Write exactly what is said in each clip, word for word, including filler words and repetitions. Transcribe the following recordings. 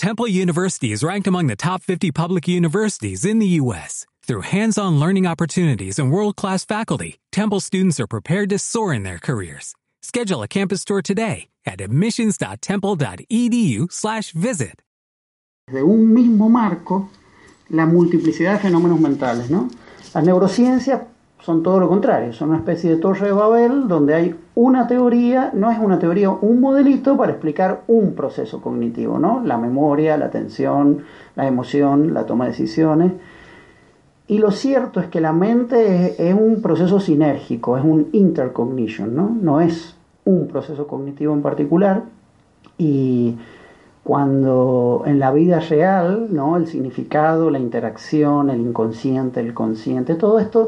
Temple University is ranked among the top fifty public universities in the U S Through hands-on learning opportunities and world-class faculty, Temple students are prepared to soar in their careers. Schedule a campus tour today at admissions.temple.edu slash visit. De un mismo marco, la multiplicidad de fenómenos mentales, ¿no? Las neurociencias son todo lo contrario, son una especie de torre de Babel donde hay una teoría, no es una teoría, un modelito para explicar un proceso cognitivo, ¿no? La memoria, la atención, la emoción, la toma de decisiones. Y lo cierto es que la mente es, es un proceso sinérgico, es un intercognition, ¿no? No es un proceso cognitivo en particular. Y cuando en la vida real, ¿no? El significado, la interacción, el inconsciente, el consciente, todo esto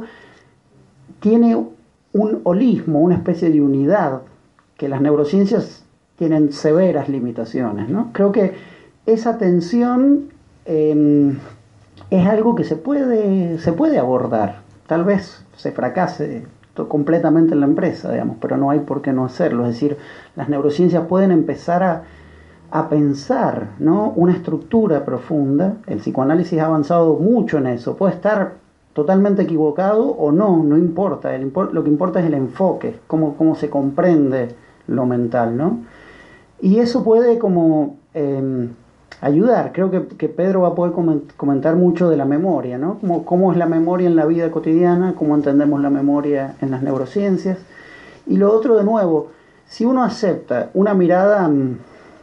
tiene un holismo, una especie de unidad que las neurociencias tienen severas limitaciones, ¿no? Creo que esa tensión eh, es algo que se puede, se puede abordar. Tal vez se fracase completamente en la empresa, digamos, pero no hay por qué no hacerlo. Es decir, las neurociencias pueden empezar a, a pensar, ¿no? Una estructura profunda. El psicoanálisis ha avanzado mucho en eso. Puede estar totalmente equivocado o no, no importa. El, lo que importa es el enfoque, cómo, cómo se comprende lo mental, ¿no? Y eso puede como eh, ayudar. Creo que, que Pedro va a poder comentar mucho de la memoria, ¿no? Cómo, cómo es la memoria en la vida cotidiana, cómo entendemos la memoria en las neurociencias. Y lo otro, de nuevo, si uno acepta una mirada um,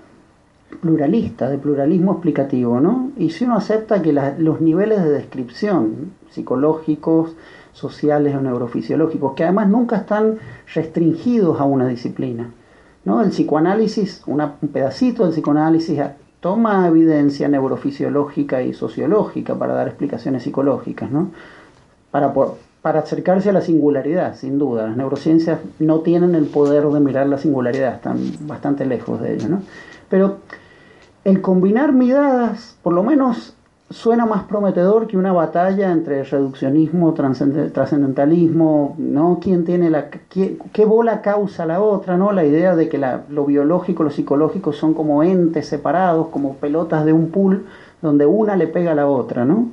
pluralista, de pluralismo explicativo, ¿no? Y si uno acepta que la, los niveles de descripción psicológicos, sociales o neurofisiológicos, que además nunca están restringidos a una disciplina, ¿no? El psicoanálisis, una, un pedacito del psicoanálisis toma evidencia neurofisiológica y sociológica para dar explicaciones psicológicas, ¿no? Para, para acercarse a la singularidad, sin duda. Las neurociencias no tienen el poder de mirar la singularidad, están bastante lejos de ello, ¿no? Pero el combinar miradas, por lo menos, suena más prometedor que una batalla entre reduccionismo, trascendentalismo, ¿no? ¿Quién tiene la, qué, qué bola causa la otra, ¿no? La idea de que la, lo biológico, lo psicológico son como entes separados, como pelotas de un pool, donde una le pega a la otra, ¿no?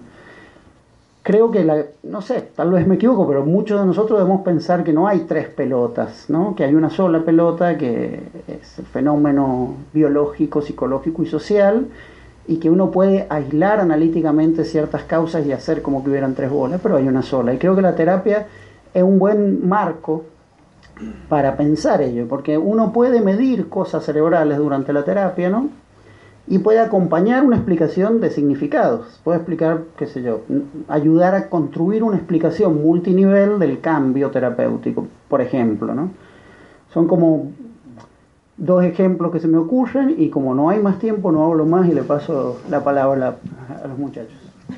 Creo que, la, no sé, tal vez me equivoco, pero muchos de nosotros debemos pensar que no hay tres pelotas, ¿no? Que hay una sola pelota, que es el fenómeno biológico, psicológico y social, y que uno puede aislar analíticamente ciertas causas y hacer como que hubieran tres bolas, pero hay una sola. Y creo que la terapia es un buen marco para pensar ello, porque uno puede medir cosas cerebrales durante la terapia, ¿no? Y puede acompañar una explicación de significados. Puede explicar, qué sé yo, ayudar a construir una explicación multinivel del cambio terapéutico, por ejemplo, ¿no? Son como dos ejemplos que se me ocurren, y como no hay más tiempo, no hablo más y le paso la palabra a los muchachos.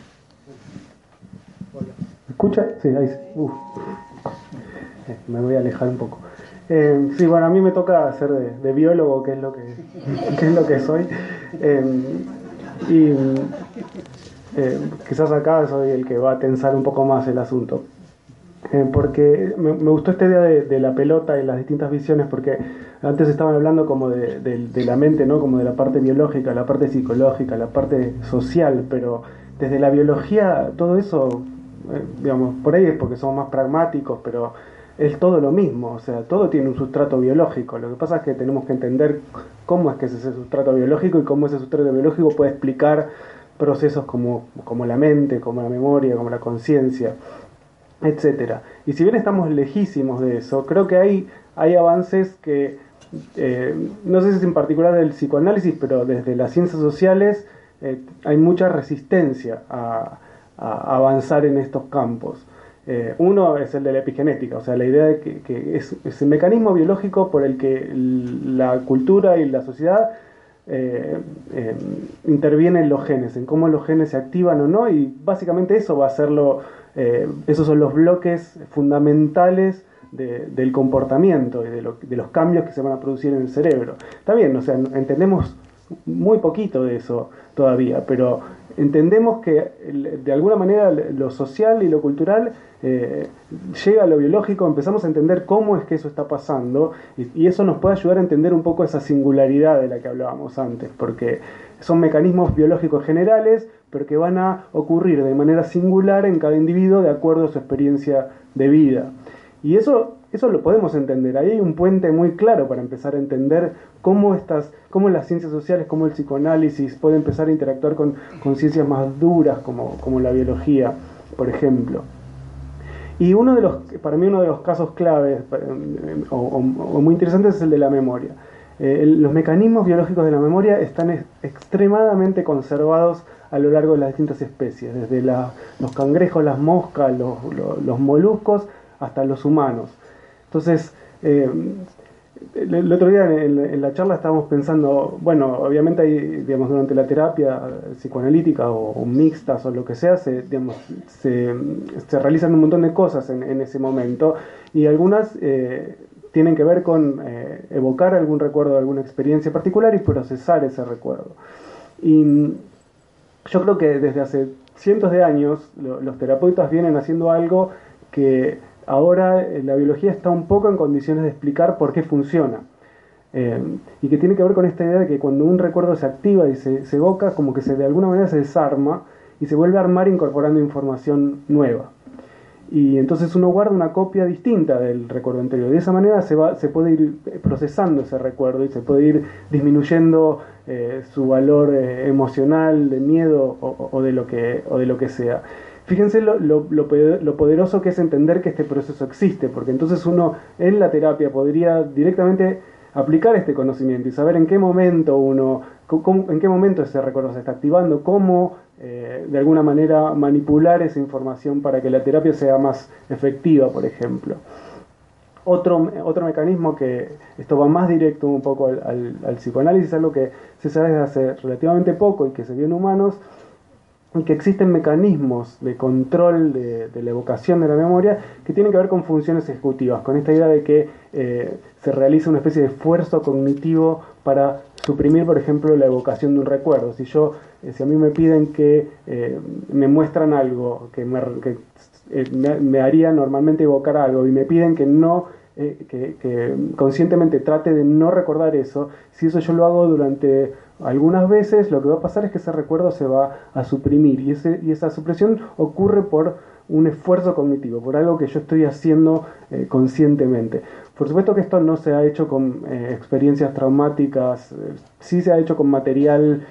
¿Me escucha? Sí, ahí sí. Uf. Me voy a alejar un poco. Eh, sí, bueno, a mí me toca hacer de, de biólogo, que es lo que, que es lo que soy. Eh, y eh, quizás acá soy el que va a tensar un poco más el asunto. Eh, porque me, me gustó esta idea de, de la pelota y las distintas visiones, porque antes estaban hablando como de, de, de la mente, ¿no? Como de la parte biológica, la parte psicológica, la parte social, pero desde la biología todo eso, eh, digamos, por ahí es porque somos más pragmáticos, pero es todo lo mismo, o sea, todo tiene un sustrato biológico. Lo que pasa es que tenemos que entender cómo es que es ese sustrato biológico y cómo ese sustrato biológico puede explicar procesos como, como la mente, como la memoria, como la conciencia, etcétera. Y si bien estamos lejísimos de eso, creo que hay, hay avances que, eh, no sé si es en particular del psicoanálisis, pero desde las ciencias sociales eh, hay mucha resistencia a, a avanzar en estos campos. Eh, uno es el de la epigenética, o sea, la idea de que, que es, es el mecanismo biológico por el que la cultura y la sociedad eh, eh, intervienen en los genes, en cómo los genes se activan o no, y básicamente eso va a serlo. Eh, esos son los bloques fundamentales de, del comportamiento y de, lo, de los cambios que se van a producir en el cerebro. Está bien, o sea, entendemos muy poquito de eso todavía, pero entendemos que de alguna manera lo social y lo cultural eh, llega a lo biológico, empezamos a entender cómo es que eso está pasando y, y eso nos puede ayudar a entender un poco esa singularidad de la que hablábamos antes, porque son mecanismos biológicos generales, pero que van a ocurrir de manera singular en cada individuo de acuerdo a su experiencia de vida. Y eso, eso lo podemos entender. Ahí hay un puente muy claro para empezar a entender cómo, estas, cómo las ciencias sociales, cómo el psicoanálisis puede empezar a interactuar con, con ciencias más duras como, como la biología, por ejemplo. Y uno de los, para mí uno de los casos claves o, o, o muy interesantes es el de la memoria. Eh, el, los mecanismos biológicos de la memoria están es, extremadamente conservados a lo largo de las distintas especies, desde la, los cangrejos, las moscas, los, los, los moluscos, hasta los humanos. Entonces, eh, el, el otro día en, en la charla estábamos pensando, bueno, obviamente hay, digamos, durante la terapia psicoanalítica o, o mixtas o lo que sea, se, digamos, se, se realizan un montón de cosas en, en ese momento y algunas eh, tienen que ver con eh, evocar algún recuerdo de alguna experiencia particular y procesar ese recuerdo. Y yo creo que desde hace cientos de años lo, los terapeutas vienen haciendo algo que ahora la biología está un poco en condiciones de explicar por qué funciona. Eh, y que tiene que ver con esta idea de que cuando un recuerdo se activa y se, se evoca, como que se, de alguna manera se desarma y se vuelve a armar incorporando información nueva. Y entonces uno guarda una copia distinta del recuerdo anterior. De esa manera se, va, se puede ir procesando ese recuerdo y se puede ir disminuyendo eh, su valor eh, emocional, de miedo o, o, de lo que, o de lo que sea. Fíjense lo, lo, lo poderoso que es entender que este proceso existe, porque entonces uno en la terapia podría directamente aplicar este conocimiento y saber en qué momento uno, cómo, en qué momento ese recuerdo se está activando, cómo eh, de alguna manera manipular esa información para que la terapia sea más efectiva, por ejemplo. Otro, otro mecanismo que esto va más directo un poco al, al, al psicoanálisis, algo que se sabe desde hace relativamente poco y que se vio en humanos, y que existen mecanismos de control de, de la evocación de la memoria que tienen que ver con funciones ejecutivas, con esta idea de que eh, se realiza una especie de esfuerzo cognitivo para suprimir, por ejemplo, la evocación de un recuerdo. Si yo, eh, si a mí me piden que eh, me muestran algo que, me, que eh, me, me haría normalmente evocar algo y me piden que no eh, que, que conscientemente trate de no recordar eso, si eso yo lo hago durante algunas veces, lo que va a pasar es que ese recuerdo se va a suprimir y, ese, y esa supresión ocurre por un esfuerzo cognitivo, por algo que yo estoy haciendo eh, conscientemente. Por supuesto que esto no se ha hecho con eh, experiencias traumáticas, eh, sí se ha hecho con material,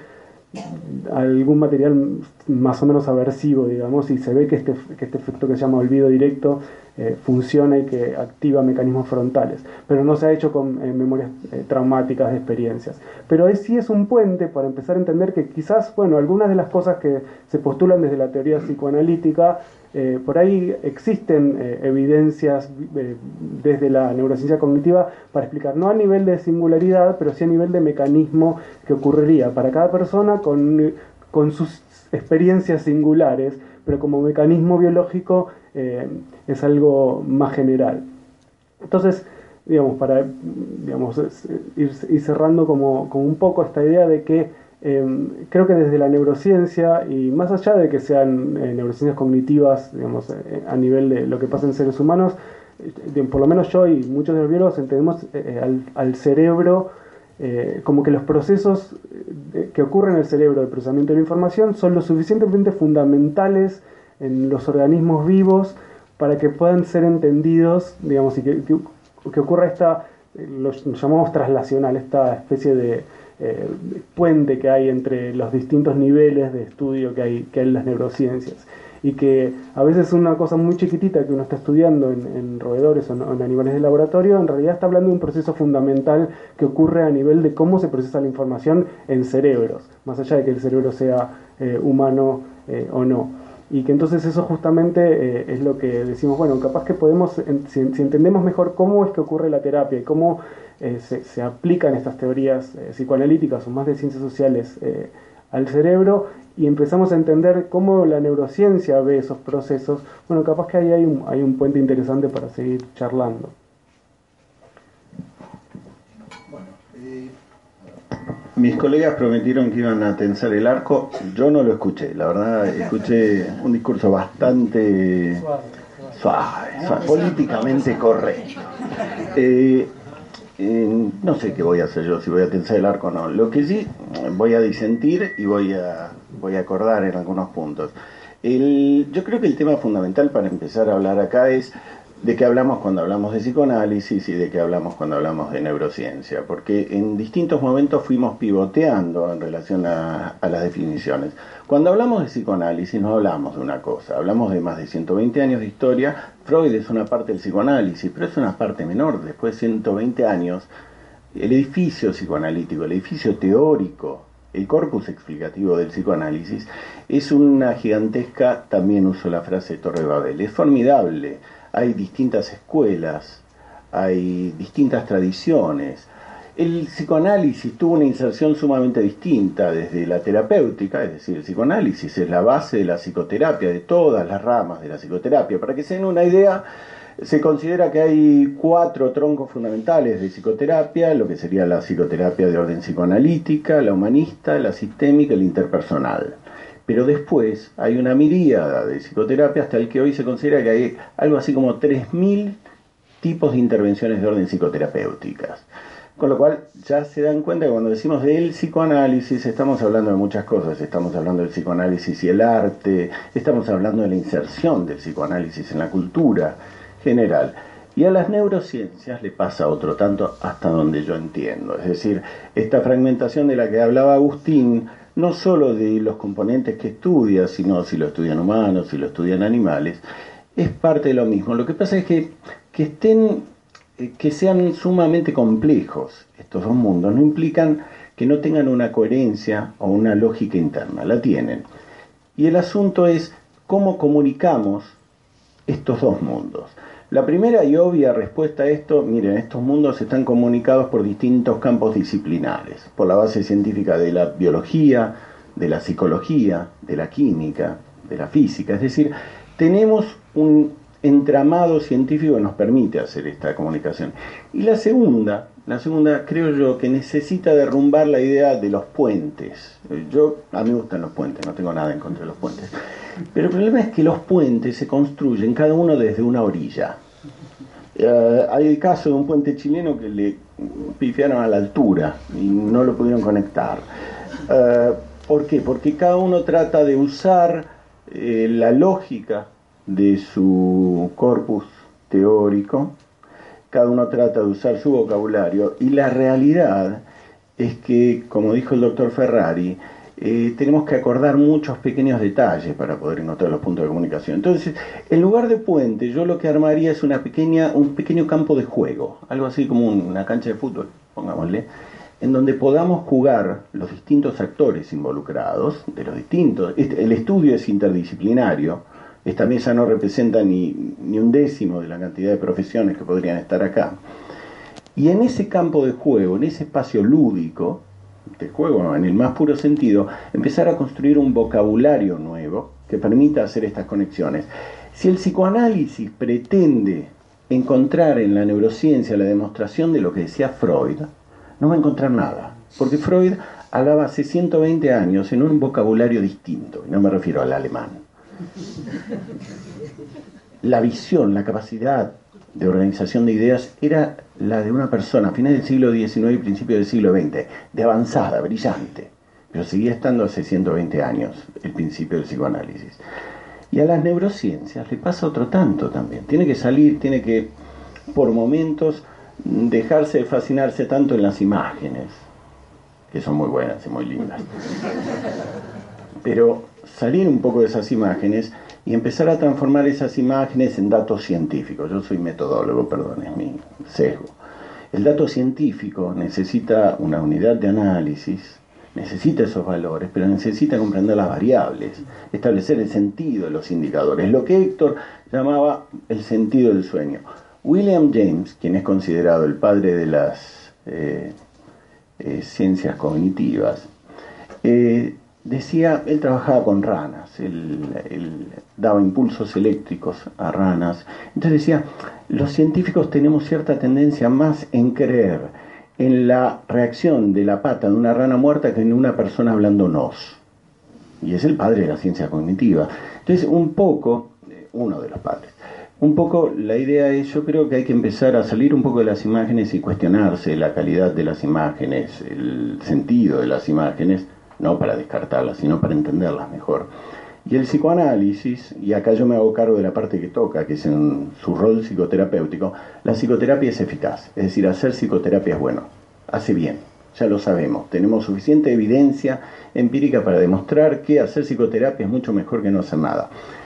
algún material más o menos aversivo, digamos, y se ve que este, que este efecto que se llama olvido directo eh, funciona y que activa mecanismos frontales, pero no se ha hecho con eh, memorias eh, traumáticas de experiencias. Pero es, sí es un puente para empezar a entender que quizás, bueno, algunas de las cosas que se postulan desde la teoría psicoanalítica, eh, por ahí existen eh, evidencias eh, desde la neurociencia cognitiva para explicar, no a nivel de singularidad, pero sí a nivel de mecanismo que ocurriría para cada persona con, con sus experiencias singulares, pero como mecanismo biológico eh, es algo más general. Entonces, digamos, para digamos, ir, ir cerrando como, como un poco esta idea de que eh, creo que desde la neurociencia, y más allá de que sean eh, neurociencias cognitivas, digamos, eh, a nivel de lo que pasa en seres humanos, eh, por lo menos yo y muchos de los biólogos entendemos eh, al, al cerebro eh, como que los procesos que ocurren en el cerebro de procesamiento de la información son lo suficientemente fundamentales en los organismos vivos para que puedan ser entendidos, digamos, y que, que, que ocurra esta, lo llamamos traslacional, esta especie de eh, puente que hay entre los distintos niveles de estudio que hay, que hay en las neurociencias. Y que a veces una cosa muy chiquitita que uno está estudiando en, en roedores o en, en animales de laboratorio, en realidad está hablando de un proceso fundamental que ocurre a nivel de cómo se procesa la información en cerebros, más allá de que el cerebro sea eh, humano eh, o no. Y que entonces eso justamente eh, es lo que decimos, bueno, capaz que podemos, en, si, si entendemos mejor cómo es que ocurre la terapia y cómo eh, se, se aplican estas teorías eh, psicoanalíticas o más de ciencias sociales eh, al cerebro, y empezamos a entender cómo la neurociencia ve esos procesos, bueno, capaz que ahí hay un, hay un puente interesante para seguir charlando. Bueno, eh, Mis colegas prometieron que iban a tensar el arco, yo no lo escuché, la verdad escuché un discurso bastante suave, suave, políticamente correcto. Eh, eh, no sé qué voy a hacer yo, si voy a tensar el arco o no. Lo que sí, voy a disentir y voy a, voy a acordar en algunos puntos. El, yo creo que el tema fundamental para empezar a hablar acá es de qué hablamos cuando hablamos de psicoanálisis y de qué hablamos cuando hablamos de neurociencia, porque en distintos momentos fuimos pivoteando en relación a, a las definiciones. Cuando hablamos de psicoanálisis no hablamos de una cosa, hablamos de más de ciento veinte años de historia. Freud es una parte del psicoanálisis, pero es una parte menor. Después de ciento veinte años, el edificio psicoanalítico, el edificio teórico, el corpus explicativo del psicoanálisis es una gigantesca, también uso la frase Torre de Babel, es formidable. Hay distintas escuelas, hay distintas tradiciones. El psicoanálisis tuvo una inserción sumamente distinta desde la terapéutica, es decir, el psicoanálisis es la base de la psicoterapia, de todas las ramas de la psicoterapia. Para que se den una idea, se considera que hay cuatro troncos fundamentales de psicoterapia, lo que sería la psicoterapia de orden psicoanalítica, la humanista, la sistémica y la interpersonal. Pero después hay una miríada de psicoterapia hasta el que hoy se considera que hay algo así como tres mil tipos de intervenciones de orden psicoterapéuticas. Con lo cual ya se dan cuenta que cuando decimos del psicoanálisis estamos hablando de muchas cosas. Estamos hablando del psicoanálisis y el arte, estamos hablando de la inserción del psicoanálisis en la cultura general. Y a las neurociencias le pasa otro tanto hasta donde yo entiendo. Es decir, esta fragmentación de la que hablaba Agustín, no solo de los componentes que estudia, sino si lo estudian humanos, si lo estudian animales, es parte de lo mismo. Lo que pasa es que, que estén, que sean sumamente complejos estos dos mundos, no implican que no tengan una coherencia o una lógica interna, la tienen. Y el asunto es cómo comunicamos estos dos mundos. La primera y obvia respuesta a esto, miren, estos mundos están comunicados por distintos campos disciplinares, por la base científica de la biología, de la psicología, de la química, de la física. Es decir, tenemos un entramado científico que nos permite hacer esta comunicación. Y la segunda, la segunda creo yo que necesita derrumbar la idea de los puentes. Yo, a mí me gustan los puentes, no tengo nada en contra de los puentes. Pero el problema es que los puentes se construyen cada uno desde una orilla. Uh, hay el caso de un puente chileno que le pifiaron a la altura y no lo pudieron conectar. Uh, ¿Por qué? Porque cada uno trata de usar eh, la lógica de su corpus teórico, cada uno trata de usar su vocabulario, y la realidad es que, como dijo el doctor Ferrari, Eh, tenemos que acordar muchos pequeños detalles para poder encontrar los puntos de comunicación. Entonces, en lugar de puente, yo lo que armaría es una pequeña, un pequeño campo de juego, algo así como una cancha de fútbol, pongámosle, en donde podamos jugar los distintos actores involucrados, de los distintos. Este, el estudio es interdisciplinario. Esta mesa no representa ni, ni un décimo de la cantidad de profesiones que podrían estar acá. Y en ese campo de juego, en ese espacio lúdico, de juego en el más puro sentido, empezar a construir un vocabulario nuevo que permita hacer estas conexiones. Si el psicoanálisis pretende encontrar en la neurociencia la demostración de lo que decía Freud, no va a encontrar nada, porque Freud hablaba hace ciento veinte años en un vocabulario distinto, y no me refiero al alemán. La visión, la capacidad de organización de ideas era la de una persona a finales del siglo diecinueve y principios del siglo veinte, de avanzada, brillante, pero seguía estando hace ciento veinte años el principio del psicoanálisis. Y a las neurociencias le pasa otro tanto también. Tiene que salir, tiene que, por momentos, dejarse de fascinarse tanto en las imágenes, que son muy buenas y muy lindas, pero salir un poco de esas imágenes y empezar a transformar esas imágenes en datos científicos. Yo soy metodólogo, perdón, es mi sesgo. El dato científico necesita una unidad de análisis, necesita esos valores, pero necesita comprender las variables, establecer el sentido de los indicadores, lo que Héctor llamaba el sentido del sueño. William James, quien es considerado el padre de las eh, eh, ciencias cognitivas, eh, decía, él trabajaba con ranas, él, él daba impulsos eléctricos a ranas. Entonces decía, los científicos tenemos cierta tendencia más en creer en la reacción de la pata de una rana muerta que en una persona hablándonos. Y es el padre de la ciencia cognitiva. Entonces, un poco, uno de los padres, un poco la idea es, yo creo que hay que empezar a salir un poco de las imágenes y cuestionarse la calidad de las imágenes, el sentido de las imágenes, no para descartarlas, sino para entenderlas mejor. Y el psicoanálisis, y acá yo me hago cargo de la parte que toca, que es en su rol psicoterapéutico, la psicoterapia es eficaz, es decir, hacer psicoterapia es bueno, hace bien, ya lo sabemos, tenemos suficiente evidencia empírica para demostrar que hacer psicoterapia es mucho mejor que no hacer nada.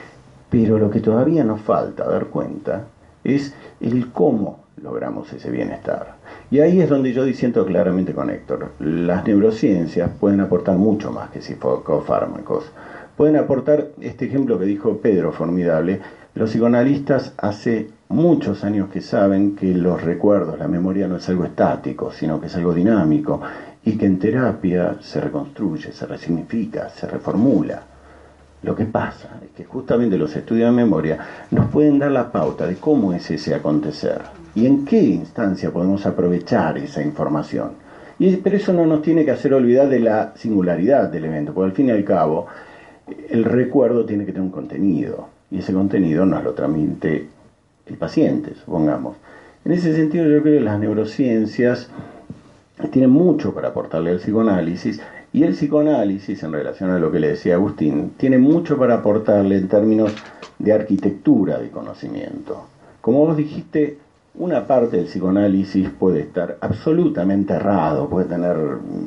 Pero lo que todavía nos falta dar cuenta es el cómo logramos ese bienestar. Y ahí es donde yo disiento claramente con Héctor. Las neurociencias pueden aportar mucho más que psicofármacos. Pueden aportar este ejemplo que dijo Pedro, formidable. Los psicoanalistas hace muchos años que saben que los recuerdos, la memoria no es algo estático, sino que es algo dinámico, y que en terapia se reconstruye, se resignifica, se reformula. Lo que pasa es que justamente los estudios de memoria nos pueden dar la pauta de cómo es ese acontecer y en qué instancia podemos aprovechar esa información. Y, pero eso no nos tiene que hacer olvidar de la singularidad del evento, porque al fin y al cabo el recuerdo tiene que tener un contenido, y ese contenido nos lo transmite el paciente, supongamos. En ese sentido yo creo que las neurociencias tienen mucho para aportarle al psicoanálisis, y el psicoanálisis, en relación a lo que le decía Agustín, tiene mucho para aportarle en términos de arquitectura de conocimiento. Como vos dijiste, una parte del psicoanálisis puede estar absolutamente errado, puede tener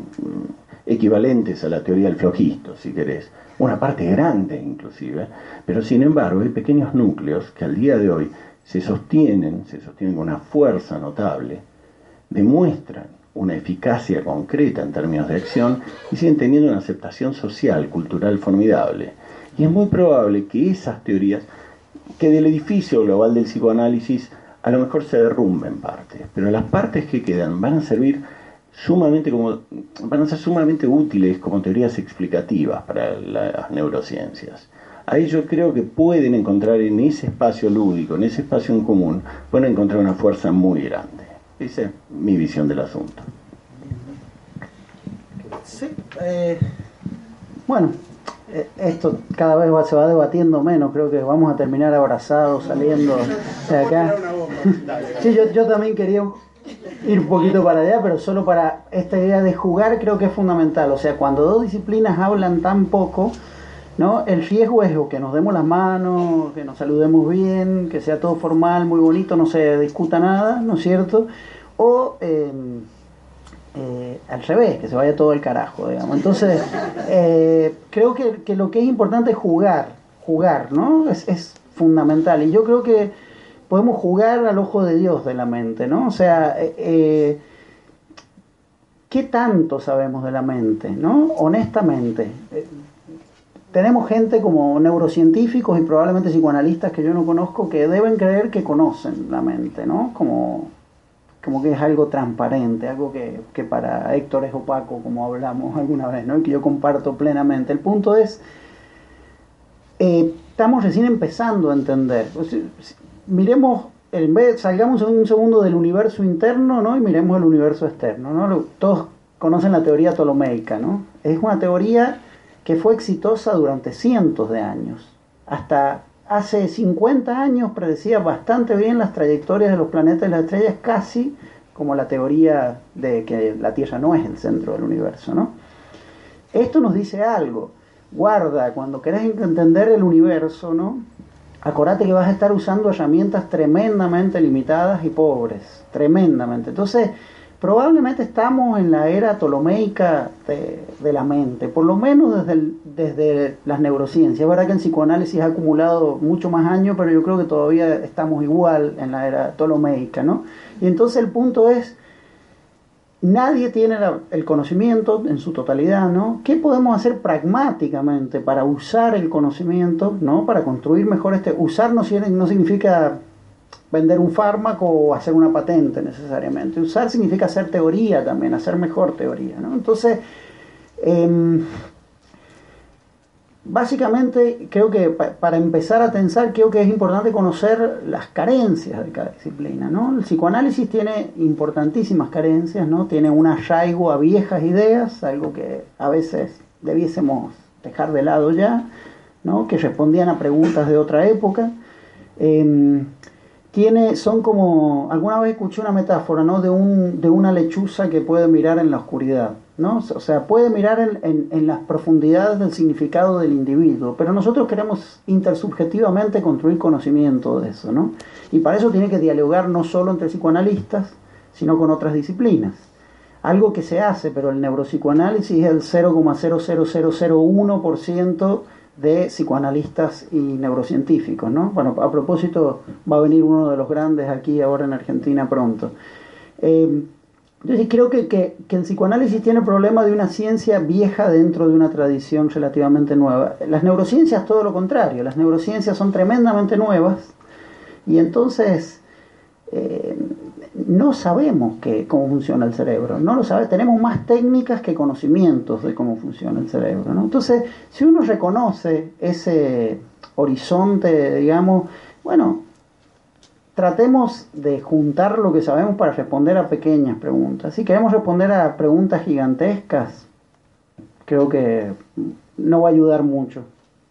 equivalentes a la teoría del flojisto, si querés, una parte grande inclusive, pero sin embargo hay pequeños núcleos que al día de hoy se sostienen, se sostienen con una fuerza notable, demuestran una eficacia concreta en términos de acción y siguen teniendo una aceptación social, cultural formidable. Y es muy probable que esas teorías, que del edificio global del psicoanálisis a lo mejor se derrumben partes, pero las partes que quedan van a servir sumamente como, van a ser sumamente útiles como teorías explicativas para las neurociencias. Ahí yo creo que pueden encontrar en ese espacio lúdico, en ese espacio en común, pueden encontrar una fuerza muy grande. Esa es mi visión del asunto. Sí, eh, bueno, eh, esto cada vez va, se va debatiendo menos. Creo que vamos a terminar abrazados, saliendo de acá. Sí, yo, yo también quería ir un poquito para allá, pero solo para esta idea de jugar creo que es fundamental. O sea, cuando dos disciplinas hablan tan poco, ¿no? El riesgo es o que nos demos las manos, que nos saludemos bien, que sea todo formal, muy bonito, no se discuta nada, ¿no es cierto? O eh, eh, al revés, que se vaya todo el carajo, digamos. Entonces, eh, creo que, que lo que es importante es jugar, jugar, ¿no? Es, es fundamental. Y yo creo que podemos jugar al ojo de Dios de la mente, ¿no? O sea, eh, eh, ¿qué tanto sabemos de la mente, ¿no? Honestamente. Eh, Tenemos gente como neurocientíficos y probablemente psicoanalistas que yo no conozco que deben creer que conocen la mente, ¿no? Como, como que es algo transparente, algo que, que para Héctor es opaco, como hablamos alguna vez, ¿no? Y que yo comparto plenamente. El punto es, eh, estamos recién empezando a entender. O sea, miremos, en vez, salgamos un segundo del universo interno, ¿no? Y miremos el universo externo, ¿no? Todos conocen la teoría ptolomeica, ¿no? Es una teoría que fue exitosa durante cientos de años. Hasta hace cincuenta años predecía bastante bien las trayectorias de los planetas y las estrellas, casi como la teoría de que la Tierra no es el centro del universo, ¿no? Esto nos dice algo. Guarda, cuando querés entender el universo, ¿no? Acordate que vas a estar usando herramientas tremendamente limitadas y pobres, tremendamente. Entonces, probablemente estamos en la era ptolomeica de, de la mente, por lo menos desde, el, desde las neurociencias. Es verdad que el psicoanálisis ha acumulado mucho más años, pero yo creo que todavía estamos igual en la era ptolomeica, ¿no? Y entonces el punto es, nadie tiene la, el conocimiento en su totalidad, ¿no? ¿Qué podemos hacer pragmáticamente para usar el conocimiento, ¿no? Para construir mejor este... Usar no, no significa vender un fármaco o hacer una patente necesariamente. Usar significa hacer teoría también, hacer mejor teoría, ¿no? Entonces, eh, básicamente creo que pa para empezar a tensar, creo que es importante conocer las carencias de cada disciplina, ¿no? El psicoanálisis tiene importantísimas carencias, ¿no? Tiene un arraigo a viejas ideas, algo que a veces debiésemos dejar de lado ya, ¿no? Que respondían a preguntas de otra época. Eh, tiene, son como, alguna vez escuché una metáfora, ¿no? De, un, de una lechuza que puede mirar en la oscuridad, ¿no? O sea, puede mirar en, en, en las profundidades del significado del individuo, pero nosotros queremos intersubjetivamente construir conocimiento de eso, ¿no? Y para eso tiene que dialogar no solo entre psicoanalistas, sino con otras disciplinas. Algo que se hace, pero el neuropsicoanálisis es el cero coma cero cero cero cero uno por ciento de psicoanalistas y neurocientíficos, ¿no? Bueno, a propósito, va a venir uno de los grandes aquí ahora en Argentina pronto. Eh, Entonces creo que, que, que el psicoanálisis tiene el problema de una ciencia vieja dentro de una tradición relativamente nueva. Las neurociencias todo lo contrario, las neurociencias son tremendamente nuevas y entonces eh, no sabemos que, cómo funciona el cerebro, no lo sabe, tenemos más técnicas que conocimientos de cómo funciona el cerebro, ¿no? Entonces, si uno reconoce ese horizonte, digamos, bueno, tratemos de juntar lo que sabemos para responder a pequeñas preguntas. Si queremos responder a preguntas gigantescas, creo que no va a ayudar mucho.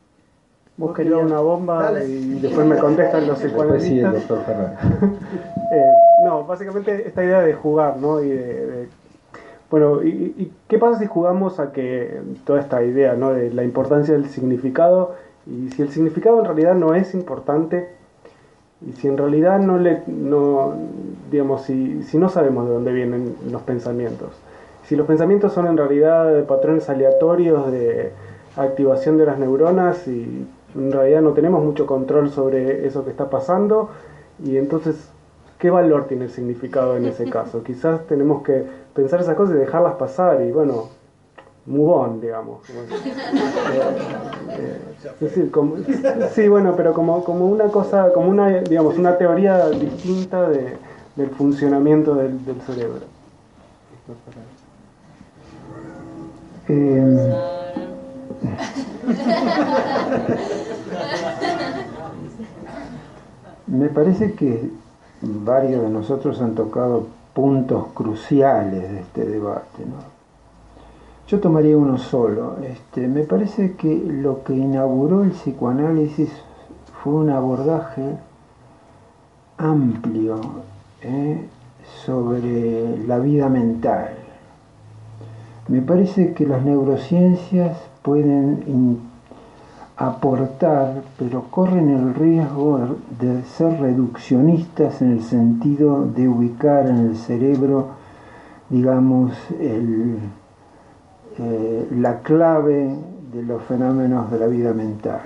Vos querías una bomba. Dale. Y después me contestan los psicoanalistas. Sí, el doctor Ferrer. eh, no, básicamente esta idea de jugar, ¿no? Y de, de, bueno, y, y qué pasa si jugamos a que toda esta idea, ¿no? De la importancia del significado, y si el significado en realidad no es importante, y si en realidad no le, no, digamos, si, si no sabemos de dónde vienen los pensamientos, si los pensamientos son en realidad patrones aleatorios de activación de las neuronas y en realidad no tenemos mucho control sobre eso que está pasando, y entonces, ¿qué valor tiene el significado en ese caso? Quizás tenemos que pensar esas cosas y dejarlas pasar y, bueno, move on, digamos. Eh, eh, es decir, como, sí, bueno, pero como, como una cosa, como una, digamos, una teoría distinta de, del funcionamiento del, del cerebro. Eh, me parece que varios de nosotros han tocado puntos cruciales de este debate, ¿no? Yo tomaría uno solo. Este, me parece que lo que inauguró el psicoanálisis fue un abordaje amplio ¿eh? sobre la vida mental. Me parece que las neurociencias pueden aportar, pero corren el riesgo de ser reduccionistas en el sentido de ubicar en el cerebro, digamos, el Eh, la clave de los fenómenos de la vida mental.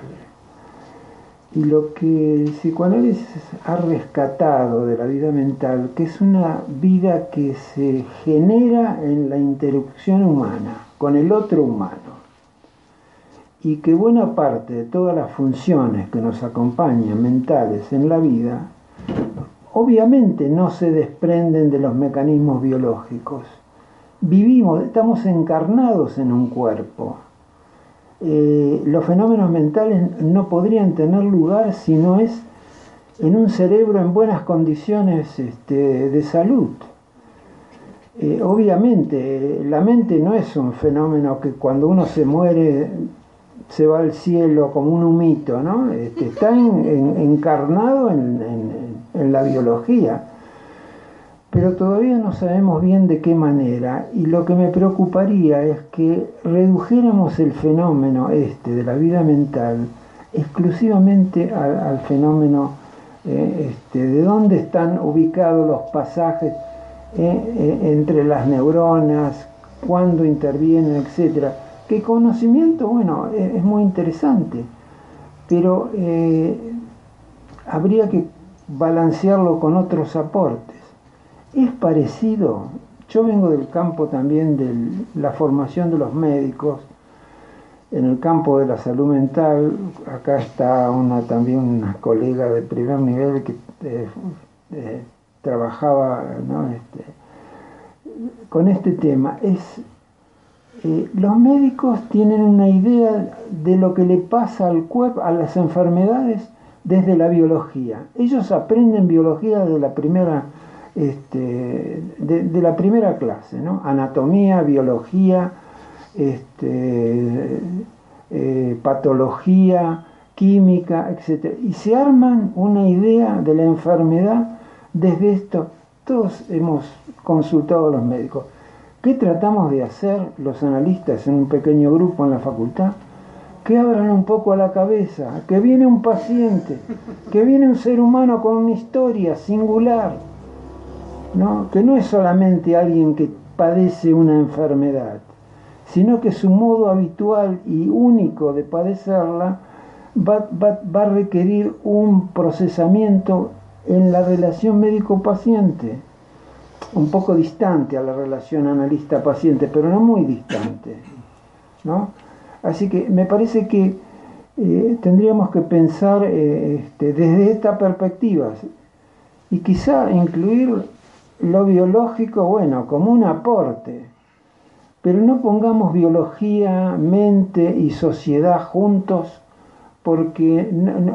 Y lo que el psicoanálisis ha rescatado de la vida mental, que es una vida que se genera en la interacción humana, con el otro humano, y que buena parte de todas las funciones que nos acompañan mentales en la vida, obviamente no se desprenden de los mecanismos biológicos. Vivimos, estamos encarnados en un cuerpo. Eh, los fenómenos mentales no podrían tener lugar si no es en un cerebro en buenas condiciones este, de salud. Eh, obviamente, la mente no es un fenómeno que cuando uno se muere se va al cielo como un humito, ¿no? Este, está en, en, encarnado en, en, en la biología. Pero todavía no sabemos bien de qué manera, y lo que me preocuparía es que redujéramos el fenómeno este de la vida mental exclusivamente al, al fenómeno eh, este, de dónde están ubicados los pasajes eh, eh, entre las neuronas, cuándo intervienen, etcétera. Que el conocimiento, bueno, es, es muy interesante, pero eh, habría que balancearlo con otros aportes. Es parecido, yo vengo del campo también de la formación de los médicos, en el campo de la salud mental. Acá está una también una colega de primer nivel que eh, eh, trabajaba, ¿no? este, con este tema. Es, eh, los médicos tienen una idea de lo que le pasa al cuerpo, a las enfermedades, desde la biología. Ellos aprenden biología de la primera, este, de, de la primera clase, ¿no? Anatomía, biología, este, eh, patología, química, etcétera. Y se arman una idea de la enfermedad desde esto. Todos hemos consultado a los médicos. ¿Qué tratamos de hacer los analistas en un pequeño grupo en la facultad? Que abran un poco la cabeza, que viene un paciente, que viene un ser humano con una historia singular, ¿no? Que no es solamente alguien que padece una enfermedad, sino que su modo habitual y único de padecerla va, va, va a requerir un procesamiento en la relación médico-paciente, un poco distante a la relación analista-paciente, pero no muy distante, ¿no? Así que me parece que eh, tendríamos que pensar eh, este, desde esta perspectiva y quizá incluir lo biológico, bueno, como un aporte, pero no pongamos biología, mente y sociedad juntos, porque no, no,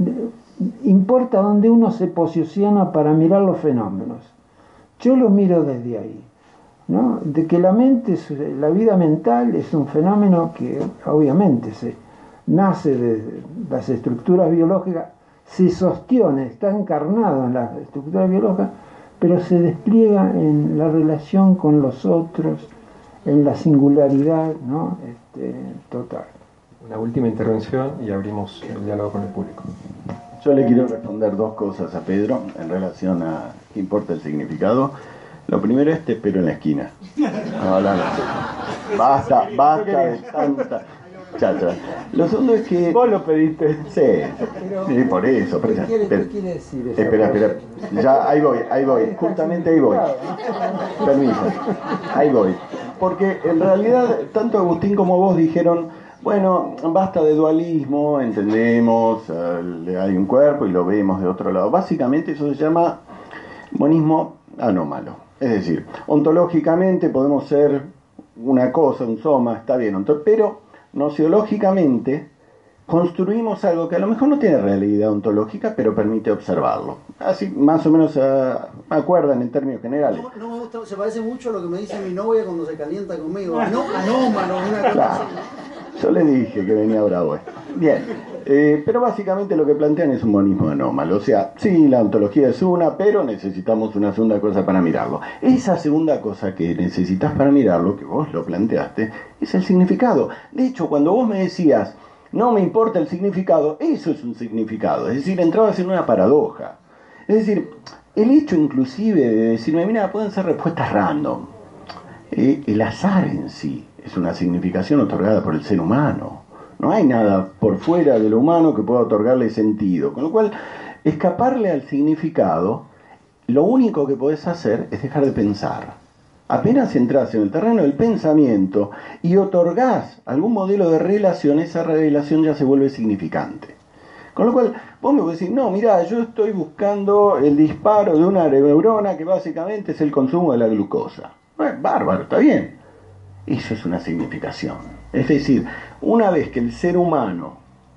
importa dónde uno se posiciona para mirar los fenómenos. Yo lo miro desde ahí, ¿no? De que la mente, la vida mental es un fenómeno que obviamente se nace de las estructuras biológicas, se sostiene, está encarnado en las estructuras biológicas, pero se despliega en la relación con los otros, en la singularidad, ¿no? Este, total. Una última intervención y abrimos el diálogo con el público. Yo le quiero responder dos cosas a Pedro en relación a qué importa el significado. Lo primero es te espero en la esquina. No, no, no. Basta, basta de tanta chacha. Lo segundo es que... Vos lo pediste. Sí, sí, por eso. ¿Qué Espera, quiere, espera, ¿qué quiere decir eso? espera, espera. Ya, ahí voy, ahí voy. Justamente ahí voy. Permiso. Ahí voy. Porque en realidad, tanto Agustín como vos dijeron, bueno, basta de dualismo, entendemos, eh, hay un cuerpo y lo vemos de otro lado. Básicamente eso se llama monismo anómalo. Es decir, ontológicamente podemos ser una cosa, un soma, está bien, pero nociológicamente construimos algo que a lo mejor no tiene realidad ontológica, pero permite observarlo. Así, más o menos, uh, me acuerdan en términos generales. No, no me gusta, se parece mucho a lo que me dice mi novia cuando se calienta conmigo. No, anómalo, una cosa Claro. así. Yo le dije que venía bravo. Bien, eh, pero básicamente lo que plantean es un monismo anómalo. O sea, sí, la ontología es una, pero necesitamos una segunda cosa para mirarlo. Esa segunda cosa que necesitas para mirarlo, que vos lo planteaste, es el significado. De hecho, cuando vos me decías, no me importa el significado, eso es un significado. Es decir, entrabas en una paradoja. Es decir, el hecho inclusive de decirme, mira, pueden ser respuestas random. Eh, el azar en sí es una significación otorgada por el ser humano. No hay nada por fuera de lo humano que pueda otorgarle sentido. Con lo cual, escaparle al significado, lo único que podés hacer es dejar de pensar. Apenas entras en el terreno del pensamiento y otorgás algún modelo de relación, esa relación ya se vuelve significante. Con lo cual, vos me podés decir, no, mirá, yo estoy buscando el disparo de una neurona que básicamente es el consumo de la glucosa. Bueno, bárbaro, está bien. Eso es una significación. Es decir, una vez que el ser humano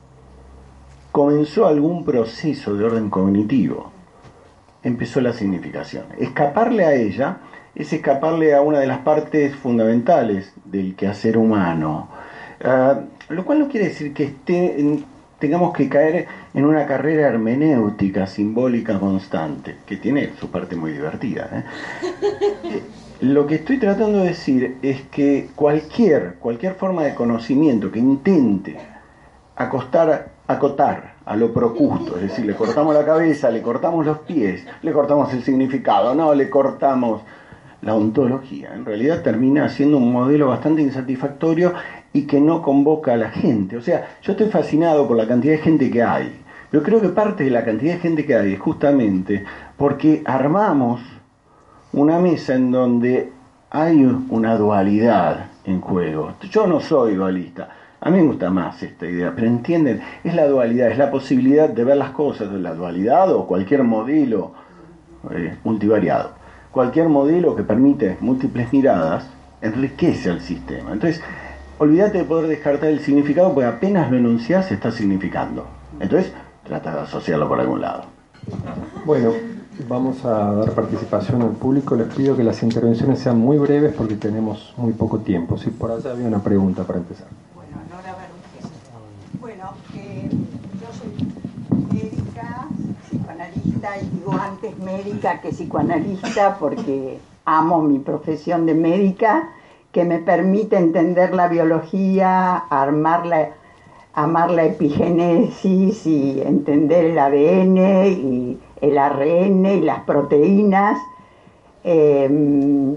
comenzó algún proceso de orden cognitivo, empezó la significación. Escaparle a ella es escaparle a una de las partes fundamentales del quehacer humano. Uh, lo cual no quiere decir que esté, en, tengamos que caer en una carrera hermenéutica, simbólica, constante, que tiene su parte muy divertida, ¿eh? Lo que estoy tratando de decir es que cualquier, cualquier forma de conocimiento que intente acostar, acotar a lo procusto, es decir, le cortamos la cabeza, le cortamos los pies, le cortamos el significado, no, le cortamos la ontología, en realidad termina siendo un modelo bastante insatisfactorio y que no convoca a la gente. O sea, yo estoy fascinado por la cantidad de gente que hay, pero creo que parte de la cantidad de gente que hay es justamente porque armamos una mesa en donde hay una dualidad en juego. Yo no soy dualista, a mí me gusta más esta idea, pero entienden, es la dualidad, es la posibilidad de ver las cosas de la dualidad o cualquier modelo eh, multivariado, cualquier modelo que permite múltiples miradas, enriquece al sistema. Entonces, olvídate de poder descartar el significado, porque apenas lo enunciás se está significando. Entonces, trata de asociarlo por algún lado. Bueno, vamos a dar participación al público. Les pido que las intervenciones sean muy breves porque tenemos muy poco tiempo. Si por allá había una pregunta para empezar. Bueno, Nora Bermúdez. Bueno, eh, yo soy médica, psicoanalista, y digo antes médica que psicoanalista porque amo mi profesión de médica, que me permite entender la biología, armar la, amar la epigénesis y entender el A D N y el A R N y las proteínas. Eh,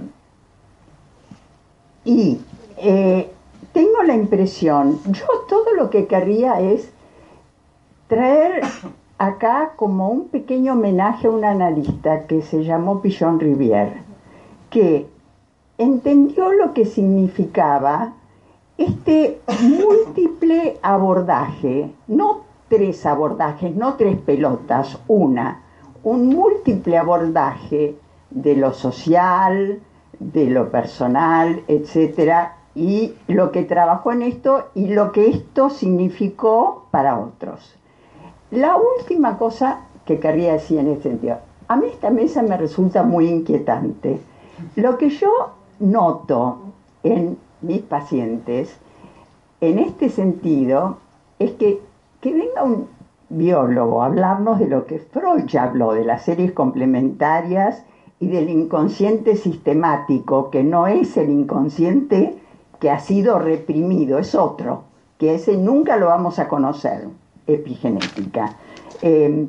y eh, tengo la impresión, yo todo lo que querría es traer acá como un pequeño homenaje a un analista que se llamó Pichon Rivière, que entendió lo que significaba este múltiple abordaje, no tres abordajes, no tres pelotas, una, un múltiple abordaje de lo social, de lo personal, etcétera, y lo que trabajó en esto y lo que esto significó para otros. La última cosa que querría decir en este sentido, a mí esta mesa me resulta muy inquietante. Lo que yo noto en mis pacientes, en este sentido, es que, que venga un biólogo a hablarnos de lo que Freud ya habló, de las series complementarias y del inconsciente sistemático, que no es el inconsciente que ha sido reprimido, es otro, que ese nunca lo vamos a conocer, epigenética. Eh,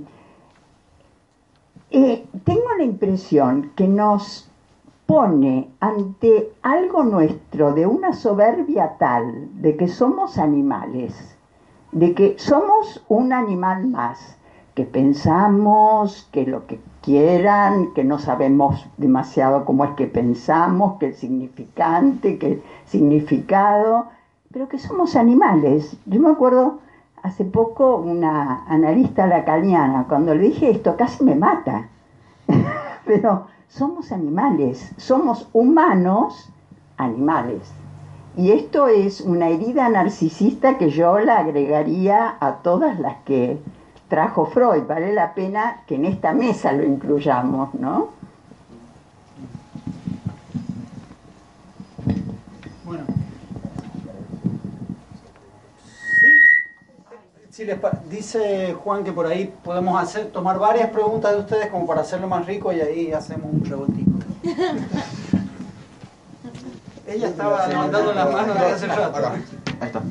eh, tengo la impresión que nos pone ante algo nuestro de una soberbia tal de que somos animales, de que somos un animal más, que pensamos, que lo que quieran, que no sabemos demasiado cómo es que pensamos, que el significante, que el significado, pero que somos animales. Yo me acuerdo hace poco una analista lacaniana, cuando le dije esto casi me mata, pero somos animales, somos humanos animales. Y esto es una herida narcisista que yo la agregaría a todas las que trajo Freud. Vale la pena que en esta mesa lo incluyamos, ¿no? Bueno. Sí, les pa- dice Juan que por ahí podemos hacer, tomar varias preguntas de ustedes como para hacerlo más rico y ahí hacemos un rebotico. Ella estaba levantando las manos desde hace rato. Ahí está.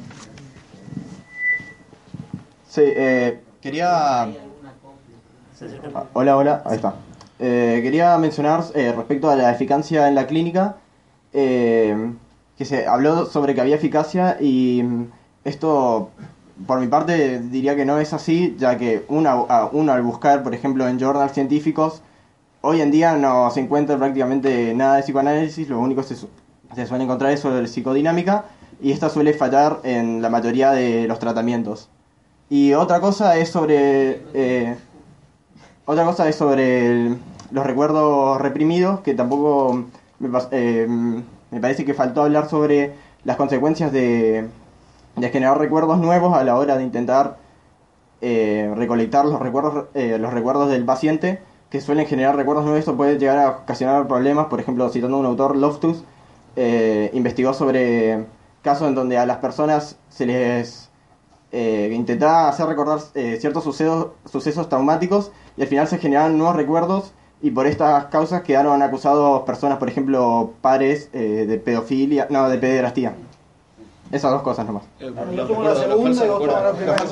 Sí, eh, quería... Ah, hola, hola, ahí está. Eh, quería mencionar eh, respecto a la eficacia en la clínica, eh, que se habló sobre que había eficacia y esto, por mi parte, diría que no es así, ya que uno, uno al buscar, por ejemplo, en journals científicos, hoy en día no se encuentra prácticamente nada de psicoanálisis, lo único que se, se suele encontrar es sobre psicodinámica y esta suele fallar en la mayoría de los tratamientos. Y otra cosa es sobre eh, otra cosa es sobre el, los recuerdos reprimidos, que tampoco me, eh, me parece que faltó hablar sobre las consecuencias de, de generar recuerdos nuevos a la hora de intentar eh, recolectar los recuerdos eh, los recuerdos del paciente, que suelen generar recuerdos nuevos. Esto puede llegar a ocasionar problemas. Por ejemplo, citando a un autor, Loftus eh, investigó sobre casos en donde a las personas se les Eh, intentaba hacer recordar eh, ciertos sucesos, sucesos traumáticos y al final se generaban nuevos recuerdos y por estas causas quedaron acusados personas, por ejemplo, padres eh, de pedofilia, no, de pederastía. Esas dos cosas nomás. Yo tomo la segunda y vos tomás la primera.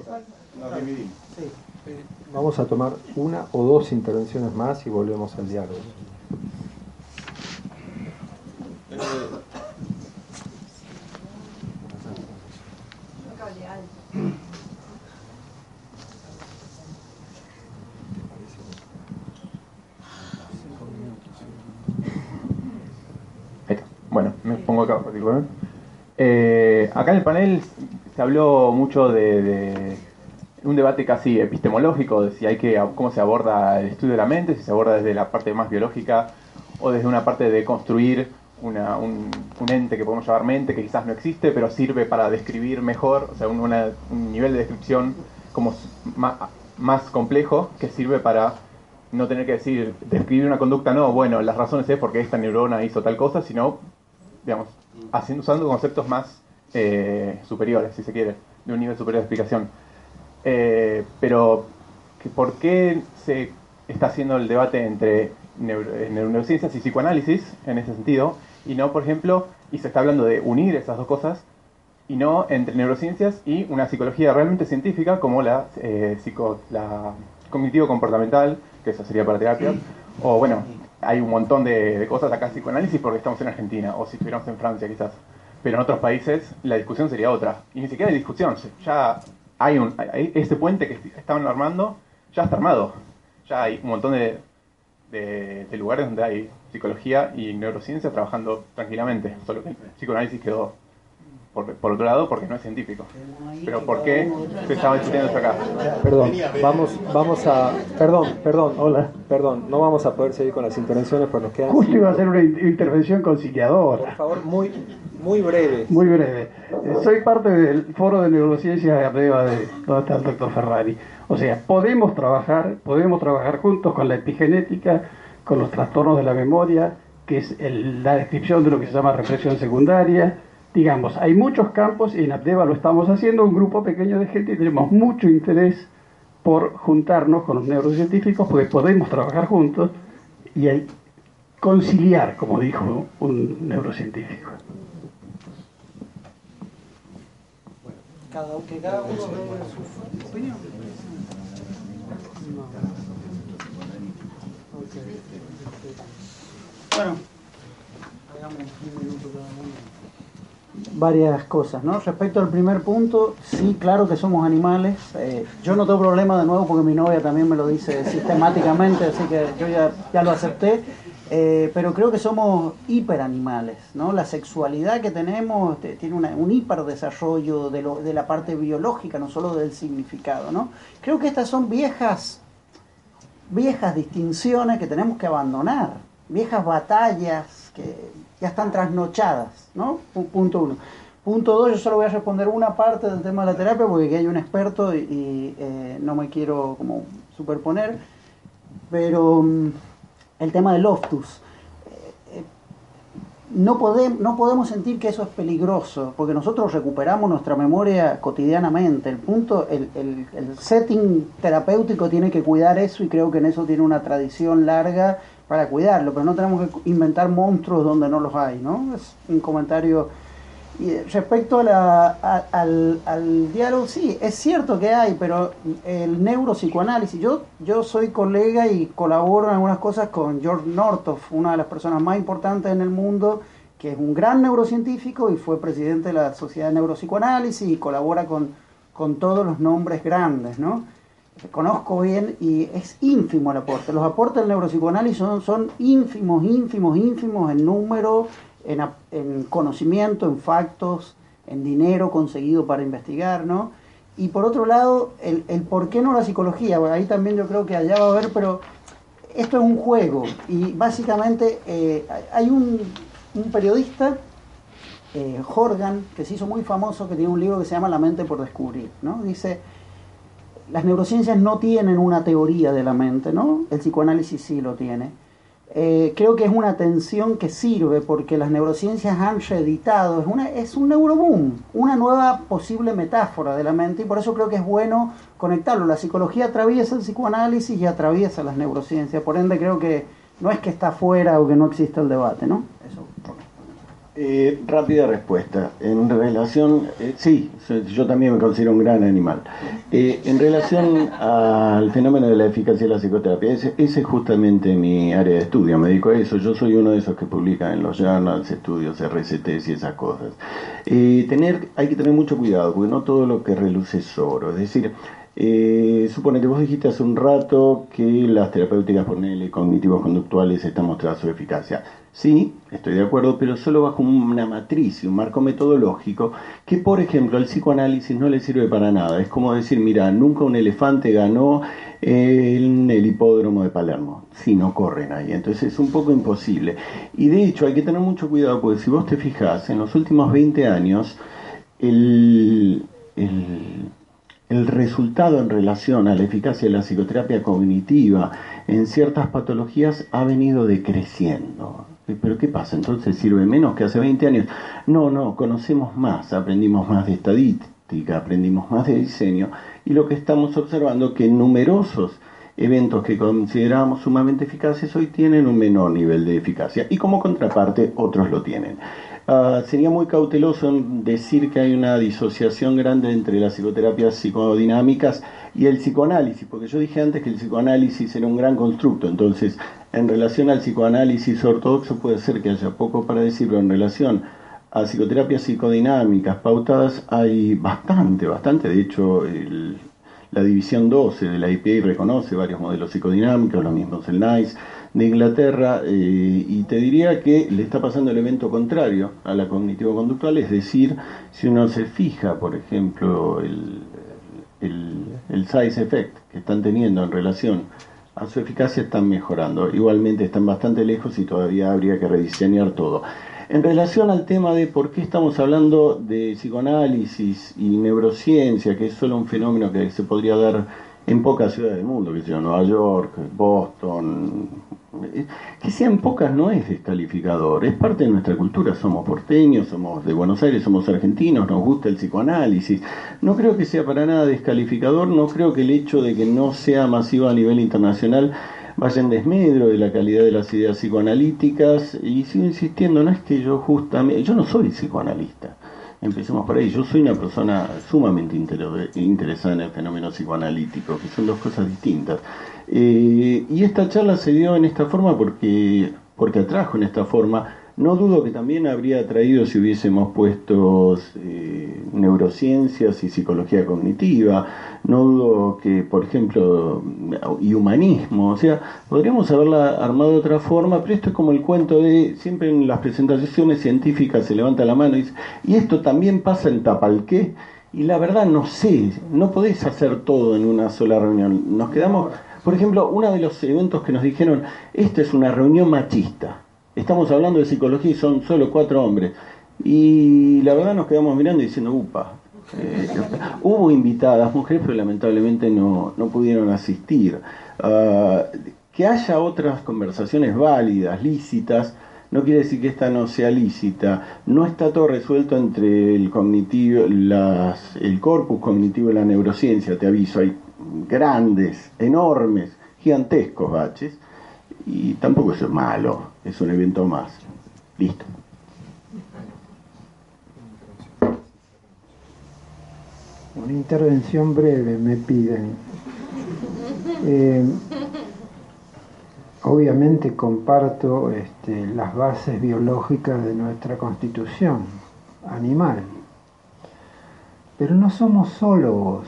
Vamos a tomar una o dos intervenciones más y volvemos al diálogo. Ahí está. Bueno, me pongo acá. Eh, acá en el panel se habló mucho de, de un debate casi epistemológico de si hay que cómo se aborda el estudio de la mente, si se aborda desde la parte más biológica o desde una parte de construir una, un, un ente que podemos llamar mente, que quizás no existe, pero sirve para describir mejor, o sea, un, una, un nivel de descripción como más, más complejo, que sirve para no tener que decir, describir una conducta, no, bueno, las razones es porque esta neurona hizo tal cosa, sino, digamos, haciendo, usando conceptos más eh, superiores, si se quiere, de un nivel superior de explicación. Eh, pero, ¿por qué se está haciendo el debate entre neuro, neurociencias y psicoanálisis en ese sentido? Y no, por ejemplo, y se está hablando de unir esas dos cosas, y no entre neurociencias y una psicología realmente científica como la, eh, psico, la cognitivo-comportamental, que eso sería para terapia, o bueno, hay un montón de, de cosas acá en psicoanálisis porque estamos en Argentina, o si estuviéramos en Francia quizás, pero en otros países la discusión sería otra, y ni siquiera hay discusión, ya hay un, hay, ese puente que estaban armando, ya está armado, ya hay un montón de, de, de lugares donde hay psicología y neurociencia trabajando tranquilamente, solo que el psicoanálisis quedó Por, por otro lado, porque no es científico. Pero ¿por qué se estaba discutiendo esto acá? Perdón, vamos, vamos a... Perdón, perdón, hola, perdón, no vamos a poder seguir con las intervenciones, pero nos quedan... Justo iba a hacer una intervención conciliadora. Por favor, muy, muy breve. Muy breve. Soy parte del Foro de Neurociencias de Arriba, de donde está el doctor Ferrari. O sea, podemos trabajar, podemos trabajar juntos con la epigenética, con los trastornos de la memoria, que es el, la descripción de lo que se llama represión secundaria. Digamos, hay muchos campos y en Abdeva lo estamos haciendo, un grupo pequeño de gente, y tenemos mucho interés por juntarnos con los neurocientíficos porque podemos trabajar juntos y hay, conciliar, como dijo un neurocientífico. Bueno, cada, que cada uno dé su opinión. No. Okay. Bueno, hagamos un minuto cada uno. Varias cosas, ¿no? Respecto al primer punto, sí, claro que somos animales. Eh, yo no tengo problema de nuevo porque mi novia también me lo dice sistemáticamente, así que yo ya, ya lo acepté. Eh, pero creo que somos hiperanimales, ¿no? La sexualidad que tenemos este, tiene una, un hiperdesarrollo de, lo, de la parte biológica, no solo del significado, ¿no? Creo que estas son viejas, viejas distinciones que tenemos que abandonar, viejas batallas que ya están trasnochadas, ¿no? Punto uno. Punto dos, yo solo voy a responder una parte del tema de la terapia porque aquí hay un experto y, y eh, no me quiero como superponer, pero um, el tema del Loftus, eh, eh, no, podemos, no podemos sentir que eso es peligroso porque nosotros recuperamos nuestra memoria cotidianamente. El punto, el, el, el setting terapéutico tiene que cuidar eso y creo que en eso tiene una tradición larga para cuidarlo, pero no tenemos que inventar monstruos donde no los hay, ¿no? Es un comentario. Y respecto a la, a, al, al diálogo, sí, es cierto que hay, pero el neuropsicoanálisis, yo, yo soy colega y colaboro en algunas cosas con George Northoff, una de las personas más importantes en el mundo, que es un gran neurocientífico y fue presidente de la Sociedad de Neuropsicoanálisis y colabora con, con todos los nombres grandes, ¿no? Conozco bien y es ínfimo el aporte. Los aportes del neuropsicoanálisis son, son ínfimos, ínfimos, ínfimos en número, en, en conocimiento, en factos, en dinero conseguido para investigar, ¿no? Y por otro lado, el, el por qué no la psicología, bueno, ahí también yo creo que allá va a haber, pero esto es un juego y básicamente eh, hay un, un periodista, eh, Horgan, que se hizo muy famoso, que tiene un libro que se llama La mente por descubrir, ¿no? Dice: las neurociencias no tienen una teoría de la mente, ¿no? El psicoanálisis sí lo tiene. Eh, creo que es una tensión que sirve porque las neurociencias han reeditado, es, una, es un neuroboom, una nueva posible metáfora de la mente y por eso creo que es bueno conectarlo. La psicología atraviesa el psicoanálisis y atraviesa las neurociencias, por ende creo que no es que está fuera o que no exista el debate, ¿no? Eso. Eh, rápida respuesta. En relación, eh, sí, yo también me considero un gran animal. Eh, en relación al fenómeno de la eficacia de la psicoterapia, ese, ese es justamente mi área de estudio, me dedico a eso. Yo soy uno de esos que publica en los journals, estudios, R C Ts y esas cosas. Eh, tener, hay que tener mucho cuidado, porque no todo lo que reluce es oro. Es decir, Eh, suponete, vos dijiste hace un rato que las terapéuticas, ponele, cognitivos conductuales están mostrando su eficacia. Sí, estoy de acuerdo, pero solo bajo una matriz y un marco metodológico que, por ejemplo, al psicoanálisis no le sirve para nada. Es como decir, mira, nunca un elefante ganó en el hipódromo de Palermo. Sí, no corren ahí, entonces es un poco imposible. Y de hecho hay que tener mucho cuidado, porque si vos te fijás, en los últimos veinte años, el... el El resultado en relación a la eficacia de la psicoterapia cognitiva en ciertas patologías ha venido decreciendo. ¿Pero qué pasa? ¿Entonces sirve menos que hace veinte años? No, no, conocemos más, aprendimos más de estadística, aprendimos más de diseño, y lo que estamos observando es que numerosos eventos que considerábamos sumamente eficaces hoy tienen un menor nivel de eficacia, y como contraparte otros lo tienen. Uh, sería muy cauteloso en decir que hay una disociación grande entre las psicoterapias psicodinámicas y el psicoanálisis, porque yo dije antes que el psicoanálisis era un gran constructo. Entonces, en relación al psicoanálisis ortodoxo puede ser que haya poco para decirlo. En relación a psicoterapias psicodinámicas pautadas hay bastante, bastante. De hecho, el, la división doce de la I P A reconoce varios modelos psicodinámicos, los mismos el NICE de Inglaterra, eh, y te diría que le está pasando el evento contrario a la cognitivo-conductual. Es decir, si uno se fija, por ejemplo, el, el, el size effect que están teniendo en relación a su eficacia, están mejorando. Igualmente están bastante lejos y todavía habría que rediseñar todo. En relación al tema de por qué estamos hablando de psicoanálisis y neurociencia, que es solo un fenómeno que se podría dar en pocas ciudades del mundo, que sea Nueva York, Boston, que sean pocas no es descalificador, es parte de nuestra cultura. Somos porteños, somos de Buenos Aires, somos argentinos, nos gusta el psicoanálisis. No creo que sea para nada descalificador, no creo que el hecho de que no sea masivo a nivel internacional vaya en desmedro de la calidad de las ideas psicoanalíticas. Y sigo insistiendo, no es que yo justamente, yo no soy psicoanalista. Empecemos por ahí. Yo soy una persona sumamente inter- interesada en el fenómeno psicoanalítico, que son dos cosas distintas. Eh, y esta charla se dio en esta forma porque, porque atrajo en esta forma. No dudo que también habría atraído si hubiésemos puesto eh, neurociencias y psicología cognitiva. No dudo que, por ejemplo, y humanismo. O sea, podríamos haberla armado de otra forma, pero esto es como el cuento de, siempre en las presentaciones científicas se levanta la mano y dice, y esto también pasa en Tapalqué. Y la verdad no sé, no podés hacer todo en una sola reunión. Nos quedamos, por ejemplo, uno de los eventos que nos dijeron, esta es una reunión machista. Estamos hablando de psicología y son solo cuatro hombres. Y la verdad nos quedamos mirando y diciendo, upa, eh, hubo invitadas mujeres, pero lamentablemente no, no pudieron asistir. Uh, que haya otras conversaciones válidas, lícitas, no quiere decir que esta no sea lícita. No está todo resuelto entre el cognitivo, las, el corpus cognitivo y la neurociencia, te aviso. Hay grandes, enormes, gigantescos baches. Y tampoco eso es malo, es un evento más. Listo. Una intervención breve me piden. Eh, obviamente comparto este, las bases biológicas de nuestra constitución animal, pero no somos zoólogos,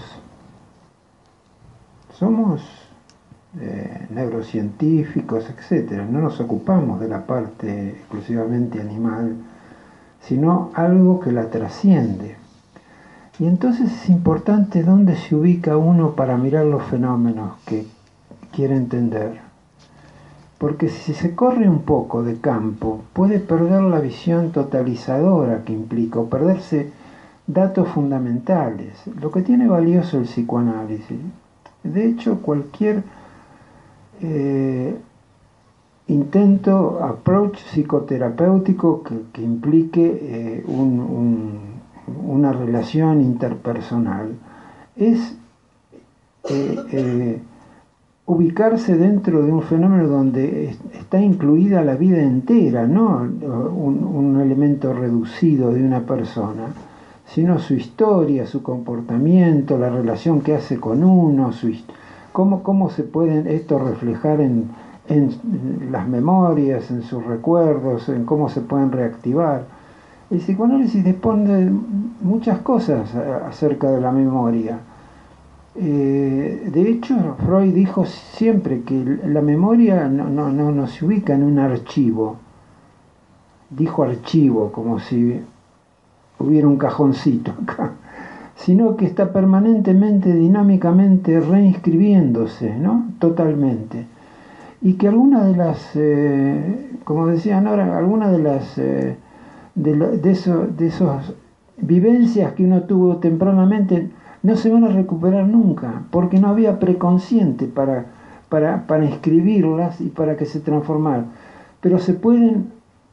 somos Eh, neurocientíficos, etcétera. No nos ocupamos de la parte exclusivamente animal, sino algo que la trasciende. Y entonces es importante dónde se ubica uno para mirar los fenómenos que quiere entender. Porque si se corre un poco de campo, puede perder la visión totalizadora que implica, o perderse datos fundamentales. Lo que tiene valioso el psicoanálisis, de hecho cualquier Eh, intento, approach psicoterapéutico que, que implique eh, un, un, una relación interpersonal, es eh, eh, ubicarse dentro de un fenómeno donde es, está incluida la vida entera, no un, un elemento reducido de una persona, sino su historia, su comportamiento, la relación que hace con uno, su historia. ¿Cómo, cómo se pueden esto reflejar en, en las memorias, en sus recuerdos, en cómo se pueden reactivar? El psicoanálisis dispone de muchas cosas acerca de la memoria. Eh, de hecho, Freud dijo siempre que la memoria no, no, no, no se ubica en un archivo. Dijo archivo, como si hubiera un cajoncito acá, sino que está permanentemente, dinámicamente reinscribiéndose, ¿no? Totalmente. Y que algunas de las, eh, como decían ahora, algunas de las eh, de, lo, de, eso, de esas vivencias que uno tuvo tempranamente no se van a recuperar nunca, porque no había preconsciente para, para, para inscribirlas y para que se transformaran. Pero se pueden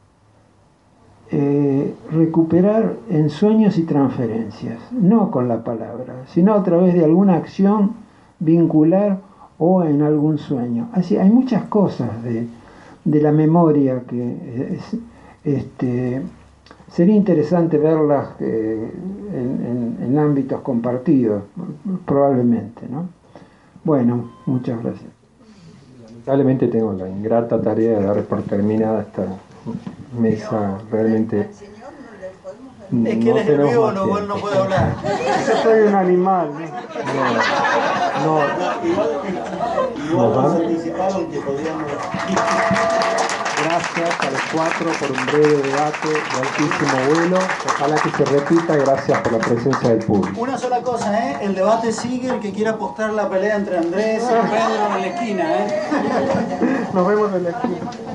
eh, recuperar en sueños y transferencias, no con la palabra, sino a través de alguna acción vincular o en algún sueño. Así hay muchas cosas de, de la memoria que es, este, sería interesante verlas eh, en, en, en ámbitos compartidos, probablemente, ¿no? Bueno, muchas gracias. Lamentablemente tengo la ingrata tarea de dar por terminada esta mesa, realmente. Es que él es el biólogo, él no puede hablar. Yo soy un animal. No, no. Igual nos anticiparon que podíamos. Gracias a los cuatro por un breve debate de altísimo vuelo. Ojalá que se repita. Gracias por la presencia del público. Una sola cosa, ¿eh? El debate sigue. El que quiera apostar la pelea entre Andrés y Pedro en la esquina, ¿eh? Nos vemos en la esquina.